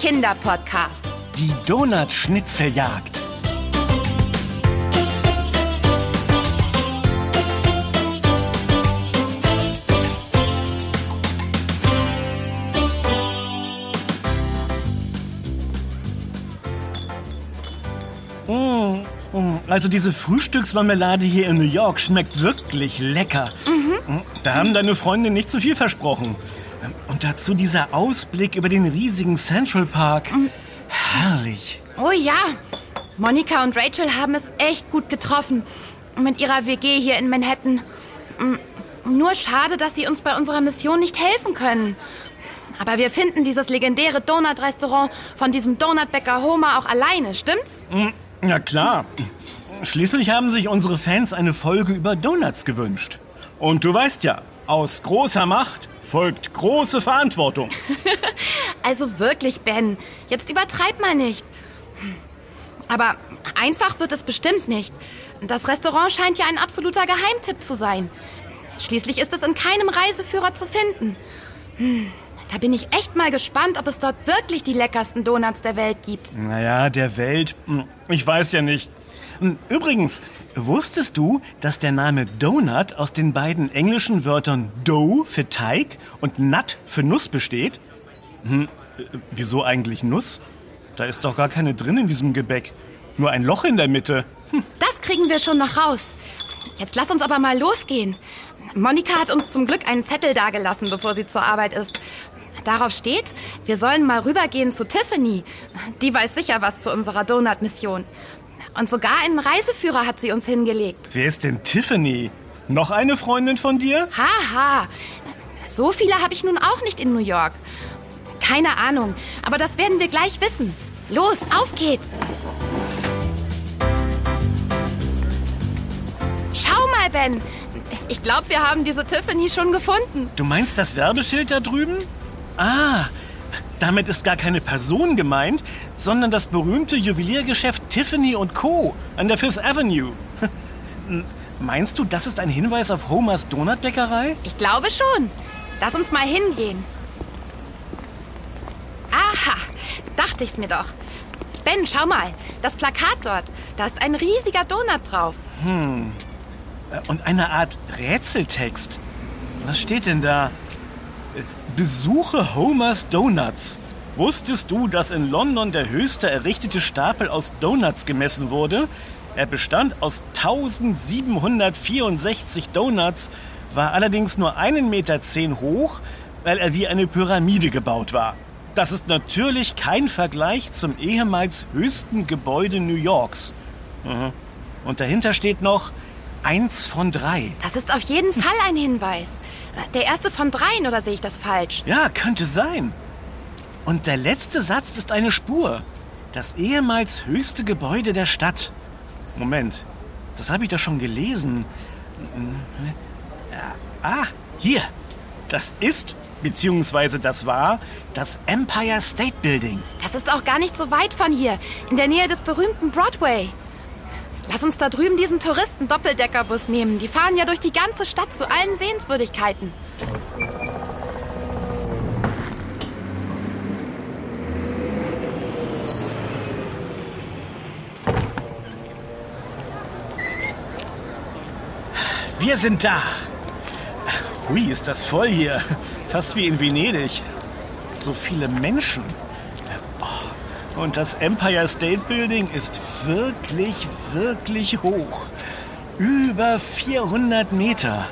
Kinderpodcast. Die Donut-Schnitzeljagd. Also diese Frühstücksmarmelade hier in New York schmeckt wirklich lecker. Da haben deine Freunde nicht zu viel versprochen. Und dazu dieser Ausblick über den riesigen Central Park. Herrlich. Oh ja, Monika und Rachel haben es echt gut getroffen. Mit ihrer WG hier in Manhattan. Nur schade, dass sie uns bei unserer Mission nicht helfen können. Aber wir finden dieses legendäre Donut-Restaurant von diesem Donutbäcker Homer auch alleine, stimmt's? Na klar. Schließlich haben sich unsere Fans eine Folge über Donuts gewünscht. Und du weißt ja, aus großer Macht folgt große Verantwortung. Also wirklich, Ben, jetzt übertreib mal nicht. Aber einfach wird es bestimmt nicht. Das Restaurant scheint ja ein absoluter Geheimtipp zu sein. Schließlich ist es in keinem Reiseführer zu finden. Da bin ich echt mal gespannt, ob es dort wirklich die leckersten Donuts der Welt gibt. Naja, der Welt, ich weiß ja nicht. Übrigens, wusstest du, dass der Name Donut aus den beiden englischen Wörtern Dough für Teig und Nut für Nuss besteht? Wieso eigentlich Nuss? Da ist doch gar keine drin in diesem Gebäck. Nur ein Loch in der Mitte. Das kriegen wir schon noch raus. Jetzt lass uns aber mal losgehen. Monika hat uns zum Glück einen Zettel dagelassen, bevor sie zur Arbeit ist. Darauf steht, wir sollen mal rübergehen zu Tiffany. Die weiß sicher was zu unserer Donut-Mission. Und sogar einen Reiseführer hat sie uns hingelegt. Wer ist denn Tiffany? Noch eine Freundin von dir? Haha, so viele habe ich nun auch nicht in New York. Keine Ahnung, aber das werden wir gleich wissen. Los, auf geht's! Schau mal, Ben. Ich glaube, wir haben diese Tiffany schon gefunden. Du meinst das Werbeschild da drüben? Ah, damit ist gar keine Person gemeint, sondern das berühmte Juweliergeschäft Tiffany & Co. an der Fifth Avenue. Meinst du, das ist ein Hinweis auf Homers Donutbäckerei? Ich glaube schon. Lass uns mal hingehen. Aha, dachte ich's mir doch. Ben, schau mal, das Plakat dort. Da ist ein riesiger Donut drauf. Und eine Art Rätseltext. Was steht denn da? Besuche Homers Donuts. Wusstest du, dass in London der höchste errichtete Stapel aus Donuts gemessen wurde? Er bestand aus 1764 Donuts, war allerdings nur 1,10 Meter hoch, weil er wie eine Pyramide gebaut war. Das ist natürlich kein Vergleich zum ehemals höchsten Gebäude New Yorks. Und dahinter steht noch 1 von 3. Das ist auf jeden Fall ein Hinweis. Der erste von 3, oder sehe ich das falsch? Ja, könnte sein. Und der letzte Satz ist eine Spur. Das ehemals höchste Gebäude der Stadt. Moment, das habe ich doch schon gelesen. Hier. Das ist, beziehungsweise das war, das Empire State Building. Das ist auch gar nicht so weit von hier, in der Nähe des berühmten Broadway. Lass uns da drüben diesen Touristen-Doppeldeckerbus nehmen. Die fahren ja durch die ganze Stadt zu allen Sehenswürdigkeiten. Wir sind da. Hui, ist das voll hier. Fast wie in Venedig. So viele Menschen. Und das Empire State Building ist wirklich, wirklich hoch. Über 400 Meter.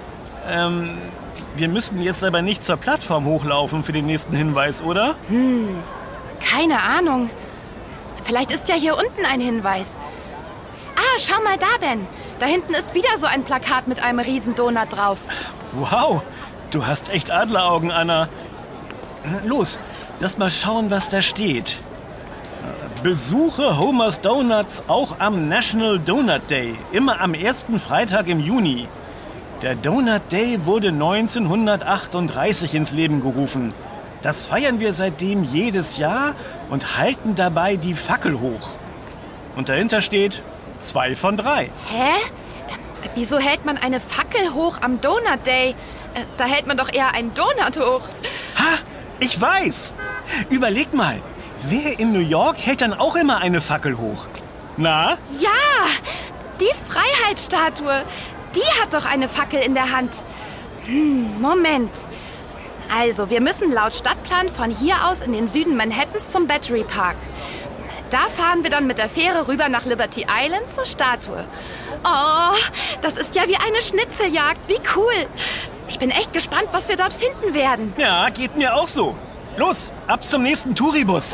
Wir müssen jetzt aber nicht zur Plattform hochlaufen für den nächsten Hinweis, oder? Keine Ahnung. Vielleicht ist ja hier unten ein Hinweis. Schau mal da, Ben. Da hinten ist wieder so ein Plakat mit einem riesen Donut drauf. Wow, du hast echt Adleraugen, Anna. Los, lass mal schauen, was da steht. Besuche Homers Donuts auch am National Donut Day, immer am ersten Freitag im Juni. Der Donut Day wurde 1938 ins Leben gerufen. Das feiern wir seitdem jedes Jahr und halten dabei die Fackel hoch. Und dahinter steht 2 von 3. Hä? Wieso hält man eine Fackel hoch am Donut Day? Da hält man doch eher einen Donut hoch. Ha, ich weiß. Überleg mal. wer in New York hält dann auch immer eine Fackel hoch? Na? Ja, die Freiheitsstatue. Die hat doch eine Fackel in der Hand. Moment. Also, wir müssen laut Stadtplan von hier aus in den Süden Manhattans zum Battery Park. Da fahren wir dann mit der Fähre rüber nach Liberty Island zur Statue. Oh, das ist ja wie eine Schnitzeljagd. Wie cool. Ich bin echt gespannt, was wir dort finden werden. Ja, geht mir auch so. Los, ab zum nächsten Touribus.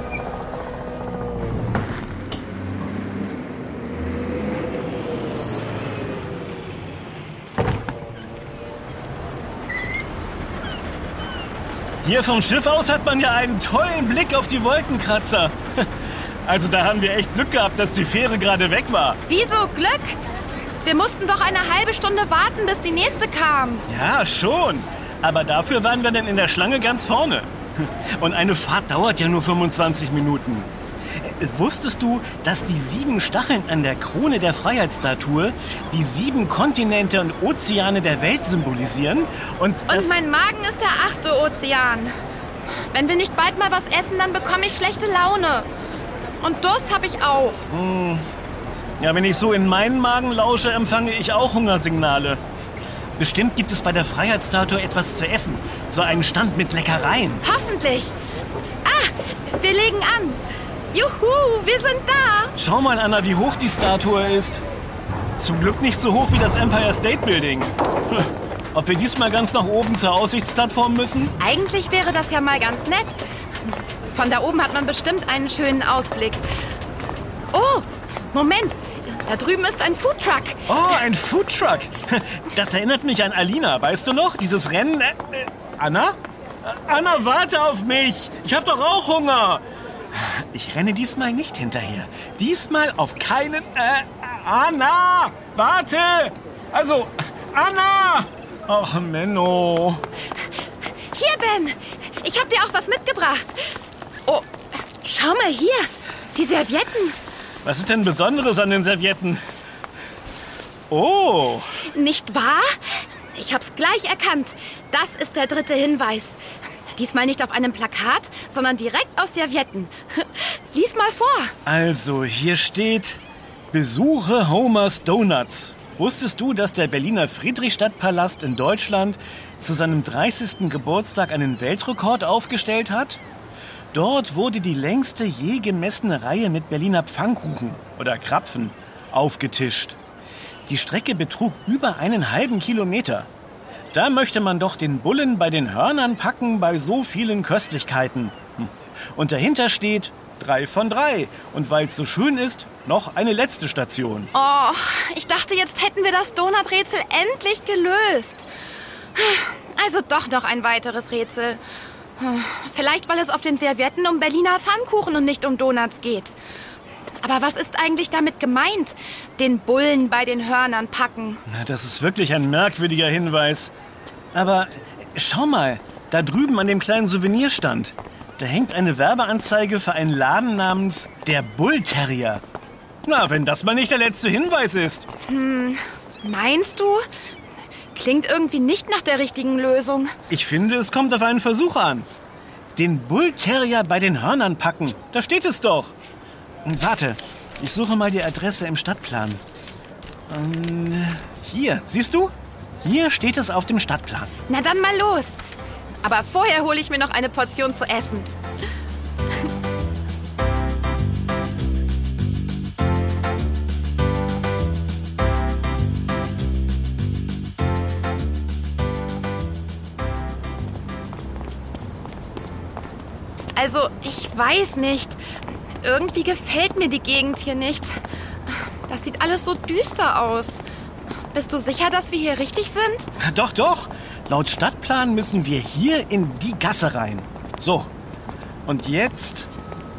Hier vom Schiff aus hat man ja einen tollen Blick auf die Wolkenkratzer. Also da haben wir echt Glück gehabt, dass die Fähre gerade weg war. Wieso Glück? Wir mussten doch eine halbe Stunde warten, bis die nächste kam. Ja, schon. Aber dafür waren wir dann in der Schlange ganz vorne. Und eine Fahrt dauert ja nur 25 Minuten. Wusstest du, dass die 7 Stacheln an der Krone der Freiheitsstatue die 7 Kontinente und Ozeane der Welt symbolisieren? Und mein Magen ist der 8. Ozean. Wenn wir nicht bald mal was essen, dann bekomme ich schlechte Laune. Und Durst habe ich auch. Ja, wenn ich so in meinen Magen lausche, empfange ich auch Hungersignale. Bestimmt gibt es bei der Freiheitsstatue etwas zu essen. So einen Stand mit Leckereien. Hoffentlich. Wir legen an. Juhu, wir sind da. Schau mal, Anna, wie hoch die Statue ist. Zum Glück nicht so hoch wie das Empire State Building. Ob wir diesmal ganz nach oben zur Aussichtsplattform müssen? Eigentlich wäre das ja mal ganz nett. Von da oben hat man bestimmt einen schönen Ausblick. Oh, Moment. Da drüben ist ein Foodtruck. Oh, ein Foodtruck. Das erinnert mich an Alina, weißt du noch? Dieses Rennen... Anna? Anna, warte auf mich. Ich habe doch auch Hunger. Ich renne diesmal nicht hinterher. Diesmal auf keinen... Anna, warte. Also, Anna. Ach, Menno. Hier, Ben. Ich habe dir auch was mitgebracht. Oh, schau mal hier. Die Servietten. Was ist denn Besonderes an den Servietten? Oh. Nicht wahr? Ich hab's gleich erkannt. Das ist der 3. Hinweis. Diesmal nicht auf einem Plakat, sondern direkt aus Servietten. Lies mal vor. Also, hier steht: Besuche Homers Donuts. Wusstest du, dass der Berliner Friedrichstadtpalast in Deutschland zu seinem 30. Geburtstag einen Weltrekord aufgestellt hat? Dort wurde die längste je gemessene Reihe mit Berliner Pfannkuchen oder Krapfen aufgetischt. Die Strecke betrug über 1,5 Kilometer. Da möchte man doch den Bullen bei den Hörnern packen bei so vielen Köstlichkeiten. Und dahinter steht 3 von 3. Und weil es so schön ist, noch eine letzte Station. Oh, ich dachte, jetzt hätten wir das Donuträtsel endlich gelöst. Also doch noch ein weiteres Rätsel. Vielleicht, weil es auf den Servietten um Berliner Pfannkuchen und nicht um Donuts geht. Aber was ist eigentlich damit gemeint? Den Bullen bei den Hörnern packen. Na, das ist wirklich ein merkwürdiger Hinweis. Aber schau mal, da drüben an dem kleinen Souvenirstand. Da hängt eine Werbeanzeige für einen Laden namens Der Bull Terrier. Na, wenn das mal nicht der letzte Hinweis ist. Meinst du? Klingt irgendwie nicht nach der richtigen Lösung. Ich finde, es kommt auf einen Versuch an. Den Bull Terrier bei den Hörnern packen. Da steht es doch. Warte, ich suche mal die Adresse im Stadtplan. Hier, siehst du? Hier steht es auf dem Stadtplan. Na dann mal los. Aber vorher hole ich mir noch eine Portion zu essen. Also, ich weiß nicht. Irgendwie gefällt mir die Gegend hier nicht. Das sieht alles so düster aus. Bist du sicher, dass wir hier richtig sind? Doch, doch. Laut Stadtplan müssen wir hier in die Gasse rein. So. Und jetzt...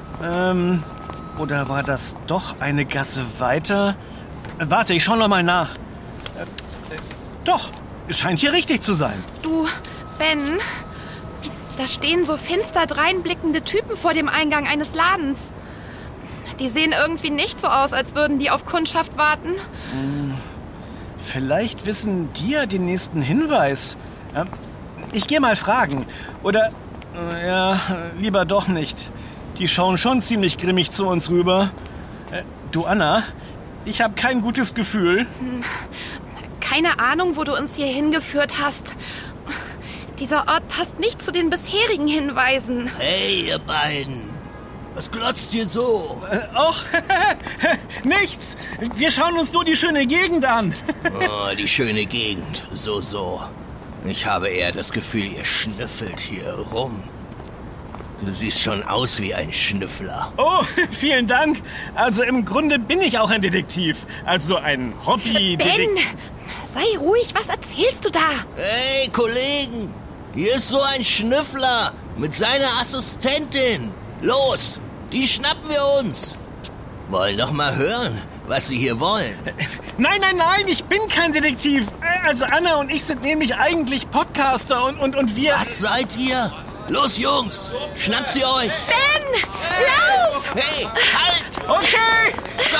oder war das doch eine Gasse weiter? Warte, ich schau noch mal nach. Doch, es scheint hier richtig zu sein. Du, Ben, da stehen so finster dreinblickende Typen vor dem Eingang eines Ladens. Die sehen irgendwie nicht so aus, als würden die auf Kundschaft warten. Vielleicht wissen die ja den nächsten Hinweis. Ich gehe mal fragen. Oder, ja, lieber doch nicht. Die schauen schon ziemlich grimmig zu uns rüber. Du, Anna, ich habe kein gutes Gefühl. Keine Ahnung, wo du uns hier hingeführt hast. Dieser Ort passt nicht zu den bisherigen Hinweisen. Hey, ihr beiden. Was glotzt ihr so? Och, nichts. Wir schauen uns nur die schöne Gegend an. Oh, die schöne Gegend. So. Ich habe eher das Gefühl, ihr schnüffelt hier rum. Du siehst schon aus wie ein Schnüffler. Oh, vielen Dank. Also im Grunde bin ich auch ein Detektiv. Also ein Hobby-Detektiv. Ben, sei ruhig. Was erzählst du da? Hey, Kollegen. Hier ist so ein Schnüffler mit seiner Assistentin. Los, die schnappen wir uns. Wollen doch mal hören, was sie hier wollen. Nein, ich bin kein Detektiv. Also Anna und ich sind nämlich eigentlich Podcaster und wir... Was seid ihr? Los, Jungs, schnappt sie euch. Ben, lauf! Hey, halt! Okay!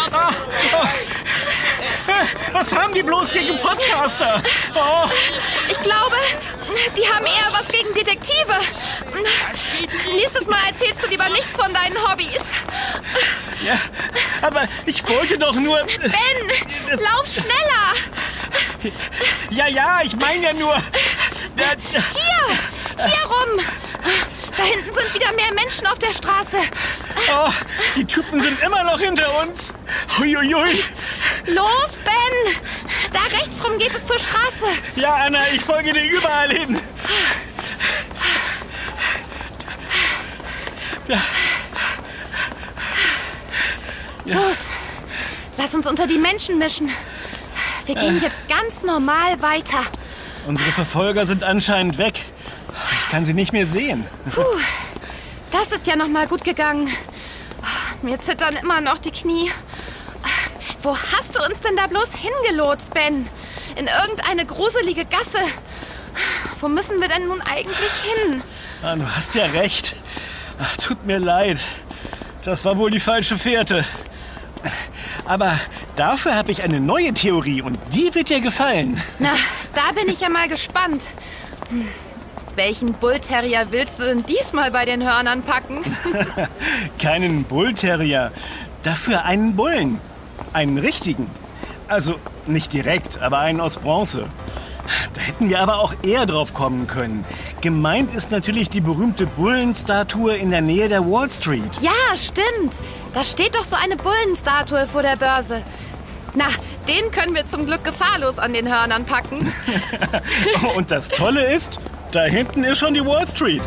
Was haben die bloß gegen Podcaster? Oh. Ich glaube, die haben eher was gegen Detektive. Nächstes Mal erzählst du lieber nichts von deinen Hobbys. Ja, aber ich wollte doch nur... Ben, lauf schneller! Ja, ich meine ja nur... Hier rum! Da hinten sind wieder mehr Menschen auf der Straße. Oh, die Typen sind immer noch hinter uns. Huiuiui. Los, Ben! Da rechts rum geht es zur Straße. Ja, Anna, ich folge dir überall hin. Ja. Los, lass uns unter die Menschen mischen. Wir gehen jetzt ganz normal weiter. Unsere Verfolger sind anscheinend weg. Ich kann sie nicht mehr sehen. Puh, das ist ja noch mal gut gegangen. Mir zittern immer noch die Knie. Wo hast du uns denn da bloß hingelotst, Ben? In irgendeine gruselige Gasse. Wo müssen wir denn nun eigentlich hin? Ah, du hast ja recht. Ach, tut mir leid. Das war wohl die falsche Fährte. Aber dafür habe ich eine neue Theorie und die wird dir gefallen. Na, da bin ich ja mal gespannt. Welchen Bullterrier willst du denn diesmal bei den Hörnern packen? Keinen Bullterrier, dafür einen Bullen. Einen richtigen. Also nicht direkt, aber einen aus Bronze. Da hätten wir aber auch eher drauf kommen können. Gemeint ist natürlich die berühmte Bullenstatue in der Nähe der Wall Street. Ja, stimmt. Da steht doch so eine Bullenstatue vor der Börse. Na, den können wir zum Glück gefahrlos an den Hörnern packen. Und das Tolle ist, da hinten ist schon die Wall Street.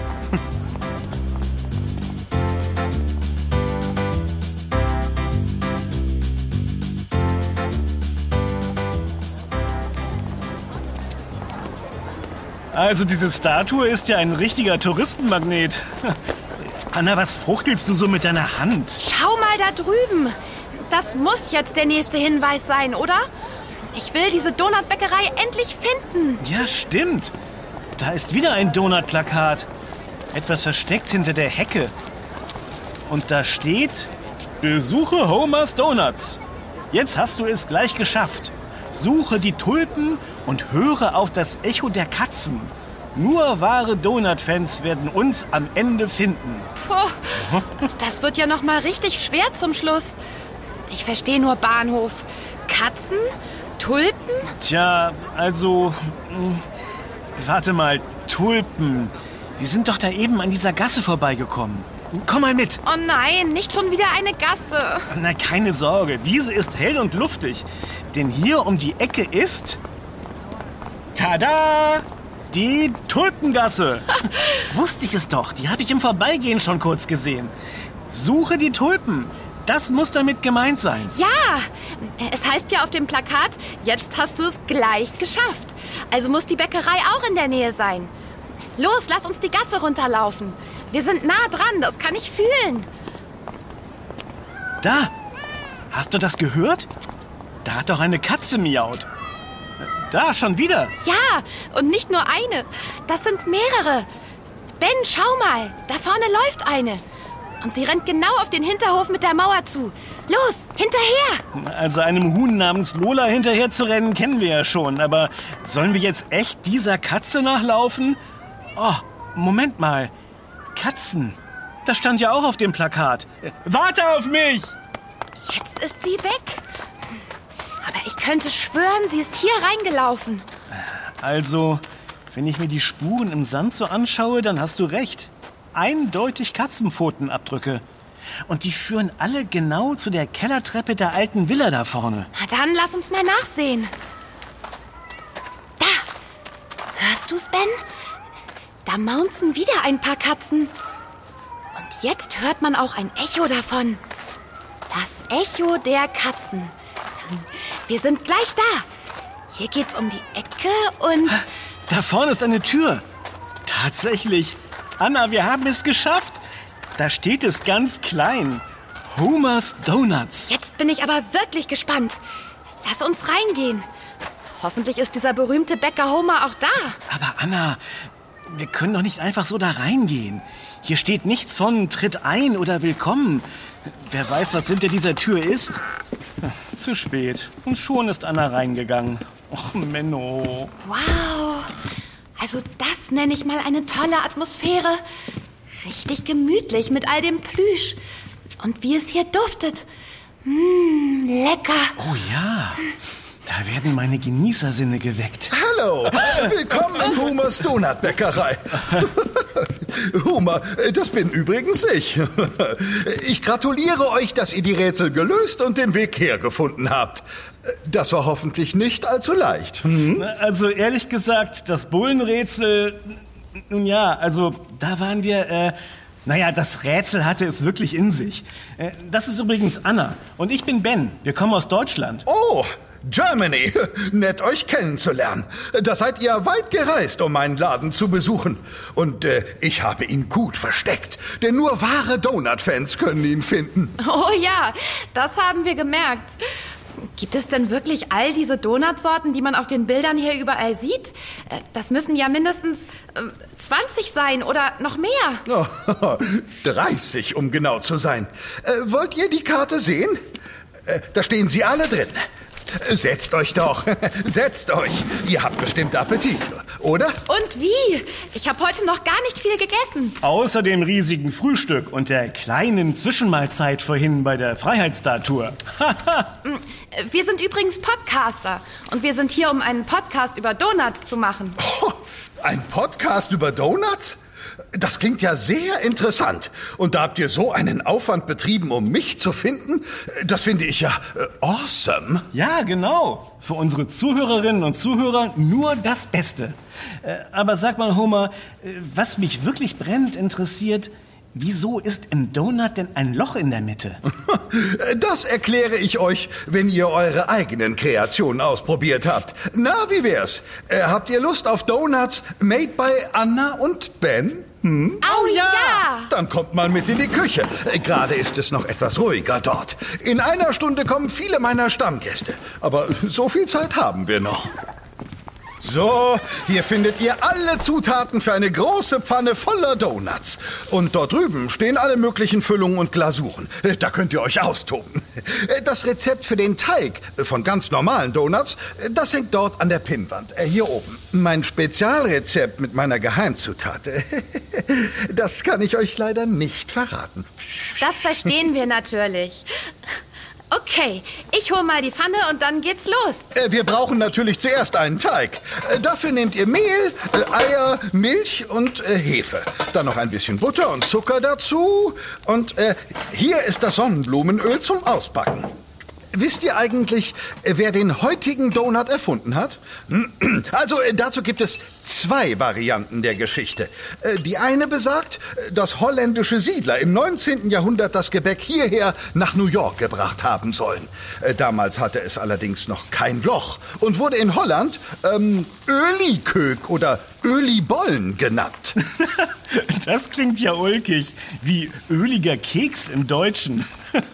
Also diese Statue ist ja ein richtiger Touristenmagnet. Anna, was fuchtelst du so mit deiner Hand? Schau mal da drüben. Das muss jetzt der nächste Hinweis sein, oder? Ich will diese Donutbäckerei endlich finden. Ja, stimmt. Da ist wieder ein Donutplakat. Etwas versteckt hinter der Hecke. Und da steht: Besuche Homer's Donuts. Jetzt hast du es gleich geschafft. Suche die Tulpen und höre auf das Echo der Katzen. Nur wahre Donut-Fans werden uns am Ende finden. Puh, das wird ja noch mal richtig schwer zum Schluss. Ich verstehe nur Bahnhof. Katzen? Tulpen? Tja, also... Warte mal, Tulpen. Die sind doch da eben an dieser Gasse vorbeigekommen. Komm mal mit. Oh nein, nicht schon wieder eine Gasse. Na, keine Sorge. Diese ist hell und luftig. Denn hier um die Ecke ist... Tada! Die Tulpengasse. Wusste ich es doch. Die habe ich im Vorbeigehen schon kurz gesehen. Suche die Tulpen. Das muss damit gemeint sein. Ja, es heißt ja auf dem Plakat, jetzt hast du es gleich geschafft. Also muss die Bäckerei auch in der Nähe sein. Los, lass uns die Gasse runterlaufen. Wir sind nah dran, das kann ich fühlen. Da! Hast du das gehört? Da hat doch eine Katze miaut. Da, schon wieder. Ja, und nicht nur eine. Das sind mehrere. Ben, schau mal. Da vorne läuft eine. Und sie rennt genau auf den Hinterhof mit der Mauer zu. Los, hinterher! Also einem Huhn namens Lola hinterher zu rennen, kennen wir ja schon. Aber sollen wir jetzt echt dieser Katze nachlaufen? Oh, Moment mal. Katzen. Das stand ja auch auf dem Plakat. Warte auf mich! Jetzt ist sie weg. Aber ich könnte schwören, sie ist hier reingelaufen. Also, wenn ich mir die Spuren im Sand so anschaue, dann hast du recht. Eindeutig Katzenpfotenabdrücke. Und die führen alle genau zu der Kellertreppe der alten Villa da vorne. Na dann, lass uns mal nachsehen. Da! Hörst du's, Ben? Da maunzen wieder ein paar Katzen. Und jetzt hört man auch ein Echo davon. Das Echo der Katzen. Wir sind gleich da. Hier geht's um die Ecke und... Da vorne ist eine Tür. Tatsächlich. Anna, wir haben es geschafft. Da steht es ganz klein. Homer's Donuts. Jetzt bin ich aber wirklich gespannt. Lass uns reingehen. Hoffentlich ist dieser berühmte Bäcker Homer auch da. Aber Anna, wir können doch nicht einfach so da reingehen. Hier steht nichts von Tritt ein oder Willkommen. Wer weiß, was hinter dieser Tür ist? Zu spät. Und schon ist Anna reingegangen. Och, Menno. Wow. Also das nenne ich mal eine tolle Atmosphäre. Richtig gemütlich mit all dem Plüsch. Und wie es hier duftet. Lecker. Oh ja. Da werden meine Genießersinne geweckt. Hallo, willkommen in Homers Donutbäckerei. Homer, das bin übrigens ich. Ich gratuliere euch, dass ihr die Rätsel gelöst und den Weg hergefunden habt. Das war hoffentlich nicht allzu leicht. Also ehrlich gesagt, das Bullenrätsel, nun ja, also da waren wir, das Rätsel hatte es wirklich in sich. Das ist übrigens Anna und ich bin Ben. Wir kommen aus Deutschland. Oh, Germany, nett euch kennenzulernen. Da seid ihr weit gereist, um meinen Laden zu besuchen. Und ich habe ihn gut versteckt, denn nur wahre Donut-Fans können ihn finden. Oh ja, das haben wir gemerkt. Gibt es denn wirklich all diese Donutsorten, die man auf den Bildern hier überall sieht? Das müssen ja mindestens 20 sein oder noch mehr. Oh, 30, um genau zu sein. Wollt ihr die Karte sehen? Da stehen sie alle drin. Setzt euch doch. Setzt euch. Ihr habt bestimmt Appetit, oder? Und wie? Ich habe heute noch gar nicht viel gegessen. Außer dem riesigen Frühstück und der kleinen Zwischenmahlzeit vorhin bei der Freiheitsstatue. Wir sind übrigens Podcaster. Und wir sind hier, um einen Podcast über Donuts zu machen. Oh, ein Podcast über Donuts? Das klingt ja sehr interessant. Und da habt ihr so einen Aufwand betrieben, um mich zu finden? Das finde ich ja awesome. Ja, genau. Für unsere Zuhörerinnen und Zuhörer nur das Beste. Aber sag mal, Homer, was mich wirklich brennend interessiert, wieso ist im Donut denn ein Loch in der Mitte? Das erkläre ich euch, wenn ihr eure eigenen Kreationen ausprobiert habt. Na, wie wär's? Habt ihr Lust auf Donuts made by Anna und Ben? Oh ja! Dann kommt mal mit in die Küche. Gerade ist es noch etwas ruhiger dort. In einer Stunde kommen viele meiner Stammgäste. Aber so viel Zeit haben wir noch. So, hier findet ihr alle Zutaten für eine große Pfanne voller Donuts. Und dort drüben stehen alle möglichen Füllungen und Glasuren. Da könnt ihr euch austoben. Das Rezept für den Teig von ganz normalen Donuts, das hängt dort an der Pinnwand, hier oben. Mein Spezialrezept mit meiner Geheimzutat, das kann ich euch leider nicht verraten. Das verstehen wir natürlich. Okay, ich hole mal die Pfanne und dann geht's los. Wir brauchen natürlich zuerst einen Teig. Dafür nehmt ihr Mehl, Eier, Milch und Hefe. Dann noch ein bisschen Butter und Zucker dazu. Und hier ist das Sonnenblumenöl zum Ausbacken. Wisst ihr eigentlich, wer den heutigen Donut erfunden hat? Also, dazu gibt es 2 Varianten der Geschichte. Die eine besagt, dass holländische Siedler im 19. Jahrhundert das Gebäck hierher nach New York gebracht haben sollen. Damals hatte es allerdings noch kein Loch und wurde in Holland Ölikök oder Ölibollen genannt. Das klingt ja ulkig, wie öliger Keks im Deutschen.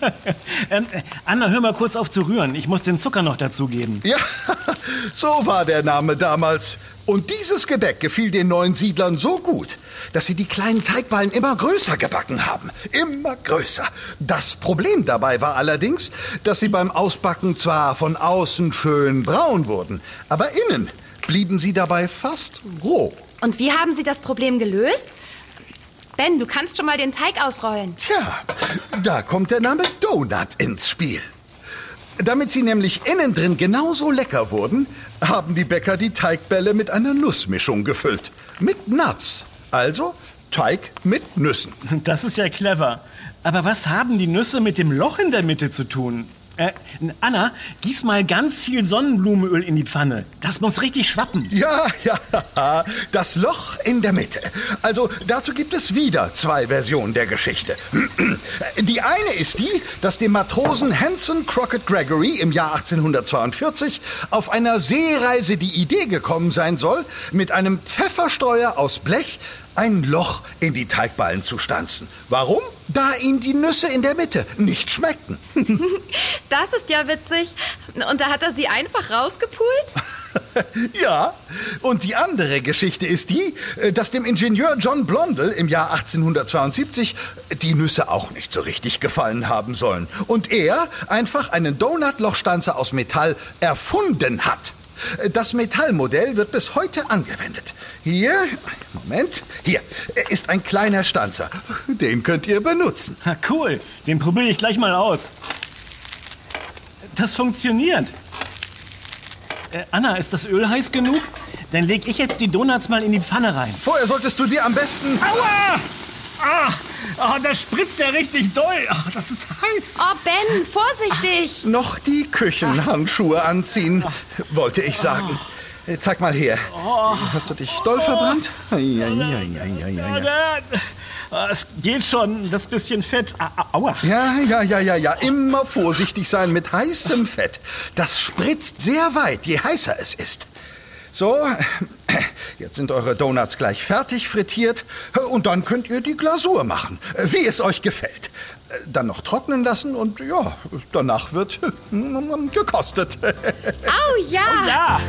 Anna, hör mal kurz auf zu rühren. Ich muss den Zucker noch dazugeben. Ja, so war der Name damals. Und dieses Gebäck gefiel den neuen Siedlern so gut, dass sie die kleinen Teigballen immer größer gebacken haben. Immer größer. Das Problem dabei war allerdings, dass sie beim Ausbacken zwar von außen schön braun wurden, aber innen blieben sie dabei fast roh. Und wie haben Sie das Problem gelöst? Ben, du kannst schon mal den Teig ausrollen. Tja, da kommt der Name Donut ins Spiel. Damit sie nämlich innen drin genauso lecker wurden, haben die Bäcker die Teigbälle mit einer Nussmischung gefüllt. Mit Nuts. Also Teig mit Nüssen. Das ist ja clever. Aber was haben die Nüsse mit dem Loch in der Mitte zu tun? Anna, gieß mal ganz viel Sonnenblumenöl in die Pfanne. Das muss richtig schwappen. Ja, das Loch in der Mitte. Also dazu gibt es wieder 2 Versionen der Geschichte. Die eine ist die, dass dem Matrosen Hanson Crockett Gregory im Jahr 1842 auf einer Seereise die Idee gekommen sein soll, mit einem Pfefferstreuer aus Blech ein Loch in die Teigballen zu stanzen. Warum? Da ihm die Nüsse in der Mitte nicht schmeckten. Das ist ja witzig. Und da hat er sie einfach rausgepult? Ja, und die andere Geschichte ist die, dass dem Ingenieur John Blondel im Jahr 1872 die Nüsse auch nicht so richtig gefallen haben sollen. Und er einfach einen Donutlochstanzer aus Metall erfunden hat. Das Metallmodell wird bis heute angewendet. Hier ist ein kleiner Stanzer. Den könnt ihr benutzen. Cool, den probiere ich gleich mal aus. Das funktioniert. Anna, ist das Öl heiß genug? Dann leg ich jetzt die Donuts mal in die Pfanne rein. Vorher solltest du dir am besten... Aua! Das spritzt ja richtig doll. Das ist heiß. Oh, Ben, vorsichtig. Noch die Küchenhandschuhe anziehen, wollte ich sagen. Zeig mal her. Hast du dich doll verbrannt? Es geht schon, das bisschen Fett. Aua. Ja. Immer vorsichtig sein mit heißem Fett. Das spritzt sehr weit, je heißer es ist. So, jetzt sind eure Donuts gleich fertig frittiert und dann könnt ihr die Glasur machen, wie es euch gefällt. Dann noch trocknen lassen und ja, danach wird gekostet. Au, ja! Oh, ja!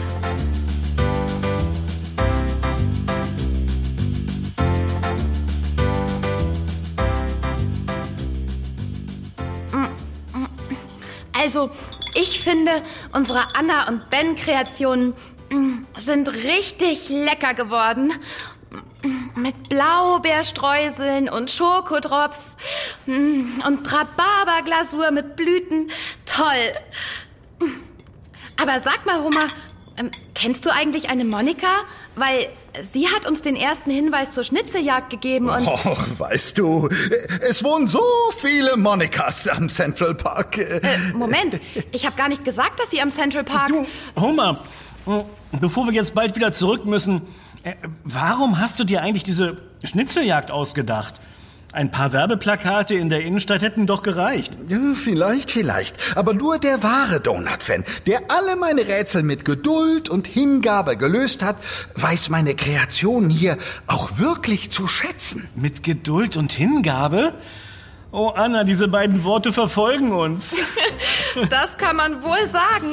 Also, ich finde, unsere Anna und Ben-Kreationen sind richtig lecker geworden. Mit Blaubeerstreuseln und Schokodrops und Rhabarberglasur mit Blüten. Toll. Aber sag mal, Homer, kennst du eigentlich eine Monika? Weil sie hat uns den ersten Hinweis zur Schnitzeljagd gegeben und... Och, weißt du, es wohnen so viele Monikas am Central Park. Moment, ich habe gar nicht gesagt, dass sie am Central Park... Du, Homer, bevor wir jetzt bald wieder zurück müssen, warum hast du dir eigentlich diese Schnitzeljagd ausgedacht? Ein paar Werbeplakate in der Innenstadt hätten doch gereicht. Ja, vielleicht. Aber nur der wahre Donut-Fan, der alle meine Rätsel mit Geduld und Hingabe gelöst hat, weiß meine Kreation hier auch wirklich zu schätzen. Mit Geduld und Hingabe? Oh, Anna, diese beiden Worte verfolgen uns. Das kann man wohl sagen.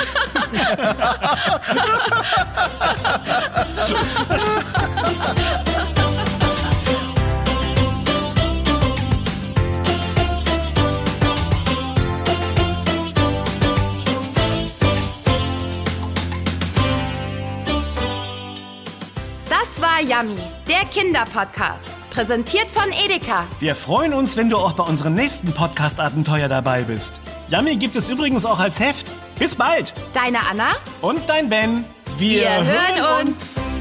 Das war Yummy, der Kinderpodcast. Präsentiert von Edeka. Wir freuen uns, wenn du auch bei unserem nächsten Podcast-Abenteuer dabei bist. Yummy gibt es übrigens auch als Heft. Bis bald. Deine Anna und dein Ben. Wir hören uns.